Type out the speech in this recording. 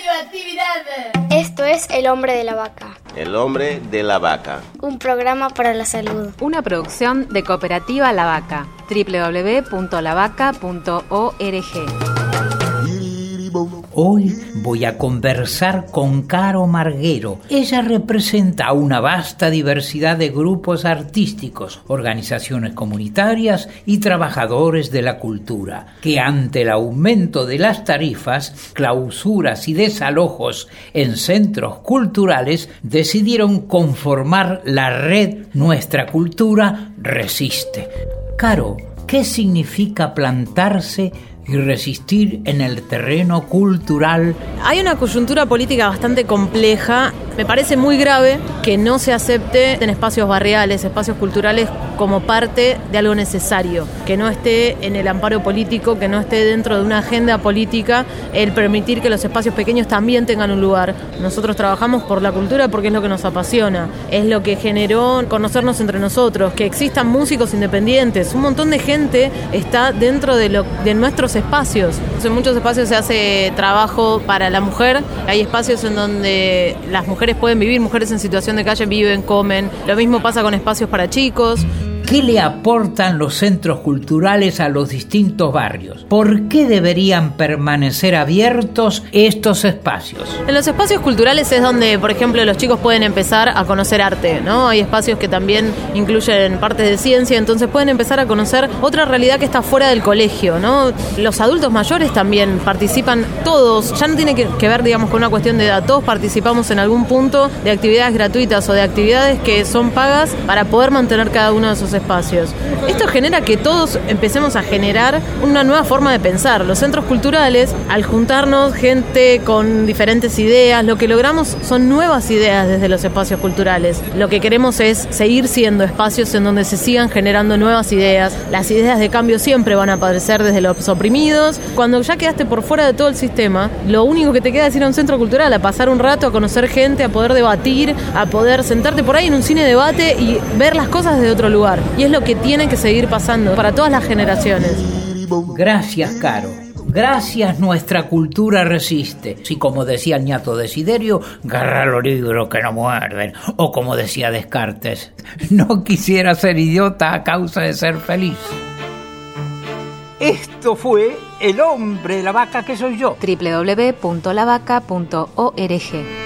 radioactividad. Esto es El Hombre de la Vaca. El Hombre de la Vaca. Un programa para la salud. Una producción de Cooperativa La Vaca. www.lavaca.org. Hoy voy a conversar con Caro Marguero. Ella representa a una vasta diversidad de grupos artísticos, organizaciones comunitarias y trabajadores de la cultura, que ante el aumento de las tarifas, clausuras y desalojos en centros culturales, decidieron conformar la red Nuestra Cultura Resiste. Caro, ¿qué significa plantarse y resistir en el terreno cultural? Hay una coyuntura política bastante compleja. Me parece muy grave que no se acepte en espacios barriales, espacios culturales, como parte de algo necesario, que no esté en el amparo político, que no esté dentro de una agenda política el permitir que los espacios pequeños también tengan un lugar. Nosotros trabajamos por la cultura porque es lo que nos apasiona, es lo que generó conocernos entre nosotros, que existan músicos independientes, un montón de gente está dentro de nuestros espacios. En muchos espacios se hace trabajo para la mujer, hay espacios en donde las mujeres pueden vivir, mujeres en situación de calle viven, comen, lo mismo pasa con espacios para chicos. ¿Qué le aportan los centros culturales a los distintos barrios? ¿Por qué deberían permanecer abiertos estos espacios? En los espacios culturales es donde, por ejemplo, los chicos pueden empezar a conocer arte, ¿no? Hay espacios que también incluyen partes de ciencia, entonces pueden empezar a conocer otra realidad que está fuera del colegio, ¿no? Los adultos mayores también participan, todos, ya no tiene que ver, digamos, con una cuestión de edad, todos participamos en algún punto de actividades gratuitas o de actividades que son pagas para poder mantener cada uno de esos espacios. Esto genera que todos empecemos a generar una nueva forma de pensar. Los centros culturales, al juntarnos gente con diferentes ideas, lo que logramos son nuevas ideas desde los espacios culturales. Lo que queremos es seguir siendo espacios en donde se sigan generando nuevas ideas. Las ideas de cambio siempre van a aparecer desde los oprimidos. Cuando ya quedaste por fuera de todo el sistema, lo único que te queda es ir a un centro cultural, a pasar un rato, a conocer gente, a poder debatir, a poder sentarte por ahí en un cine debate y ver las cosas desde otro lugar. Y es lo que tiene que seguir pasando para todas las generaciones. Gracias, Caro. Gracias, Nuestra Cultura Resiste. Si, como decía el ñato Desiderio, agarra los libros que no muerden. O como decía Descartes, no quisiera ser idiota a causa de ser feliz. Esto fue El Hombre de la Vaca que soy yo. www.lavaca.org.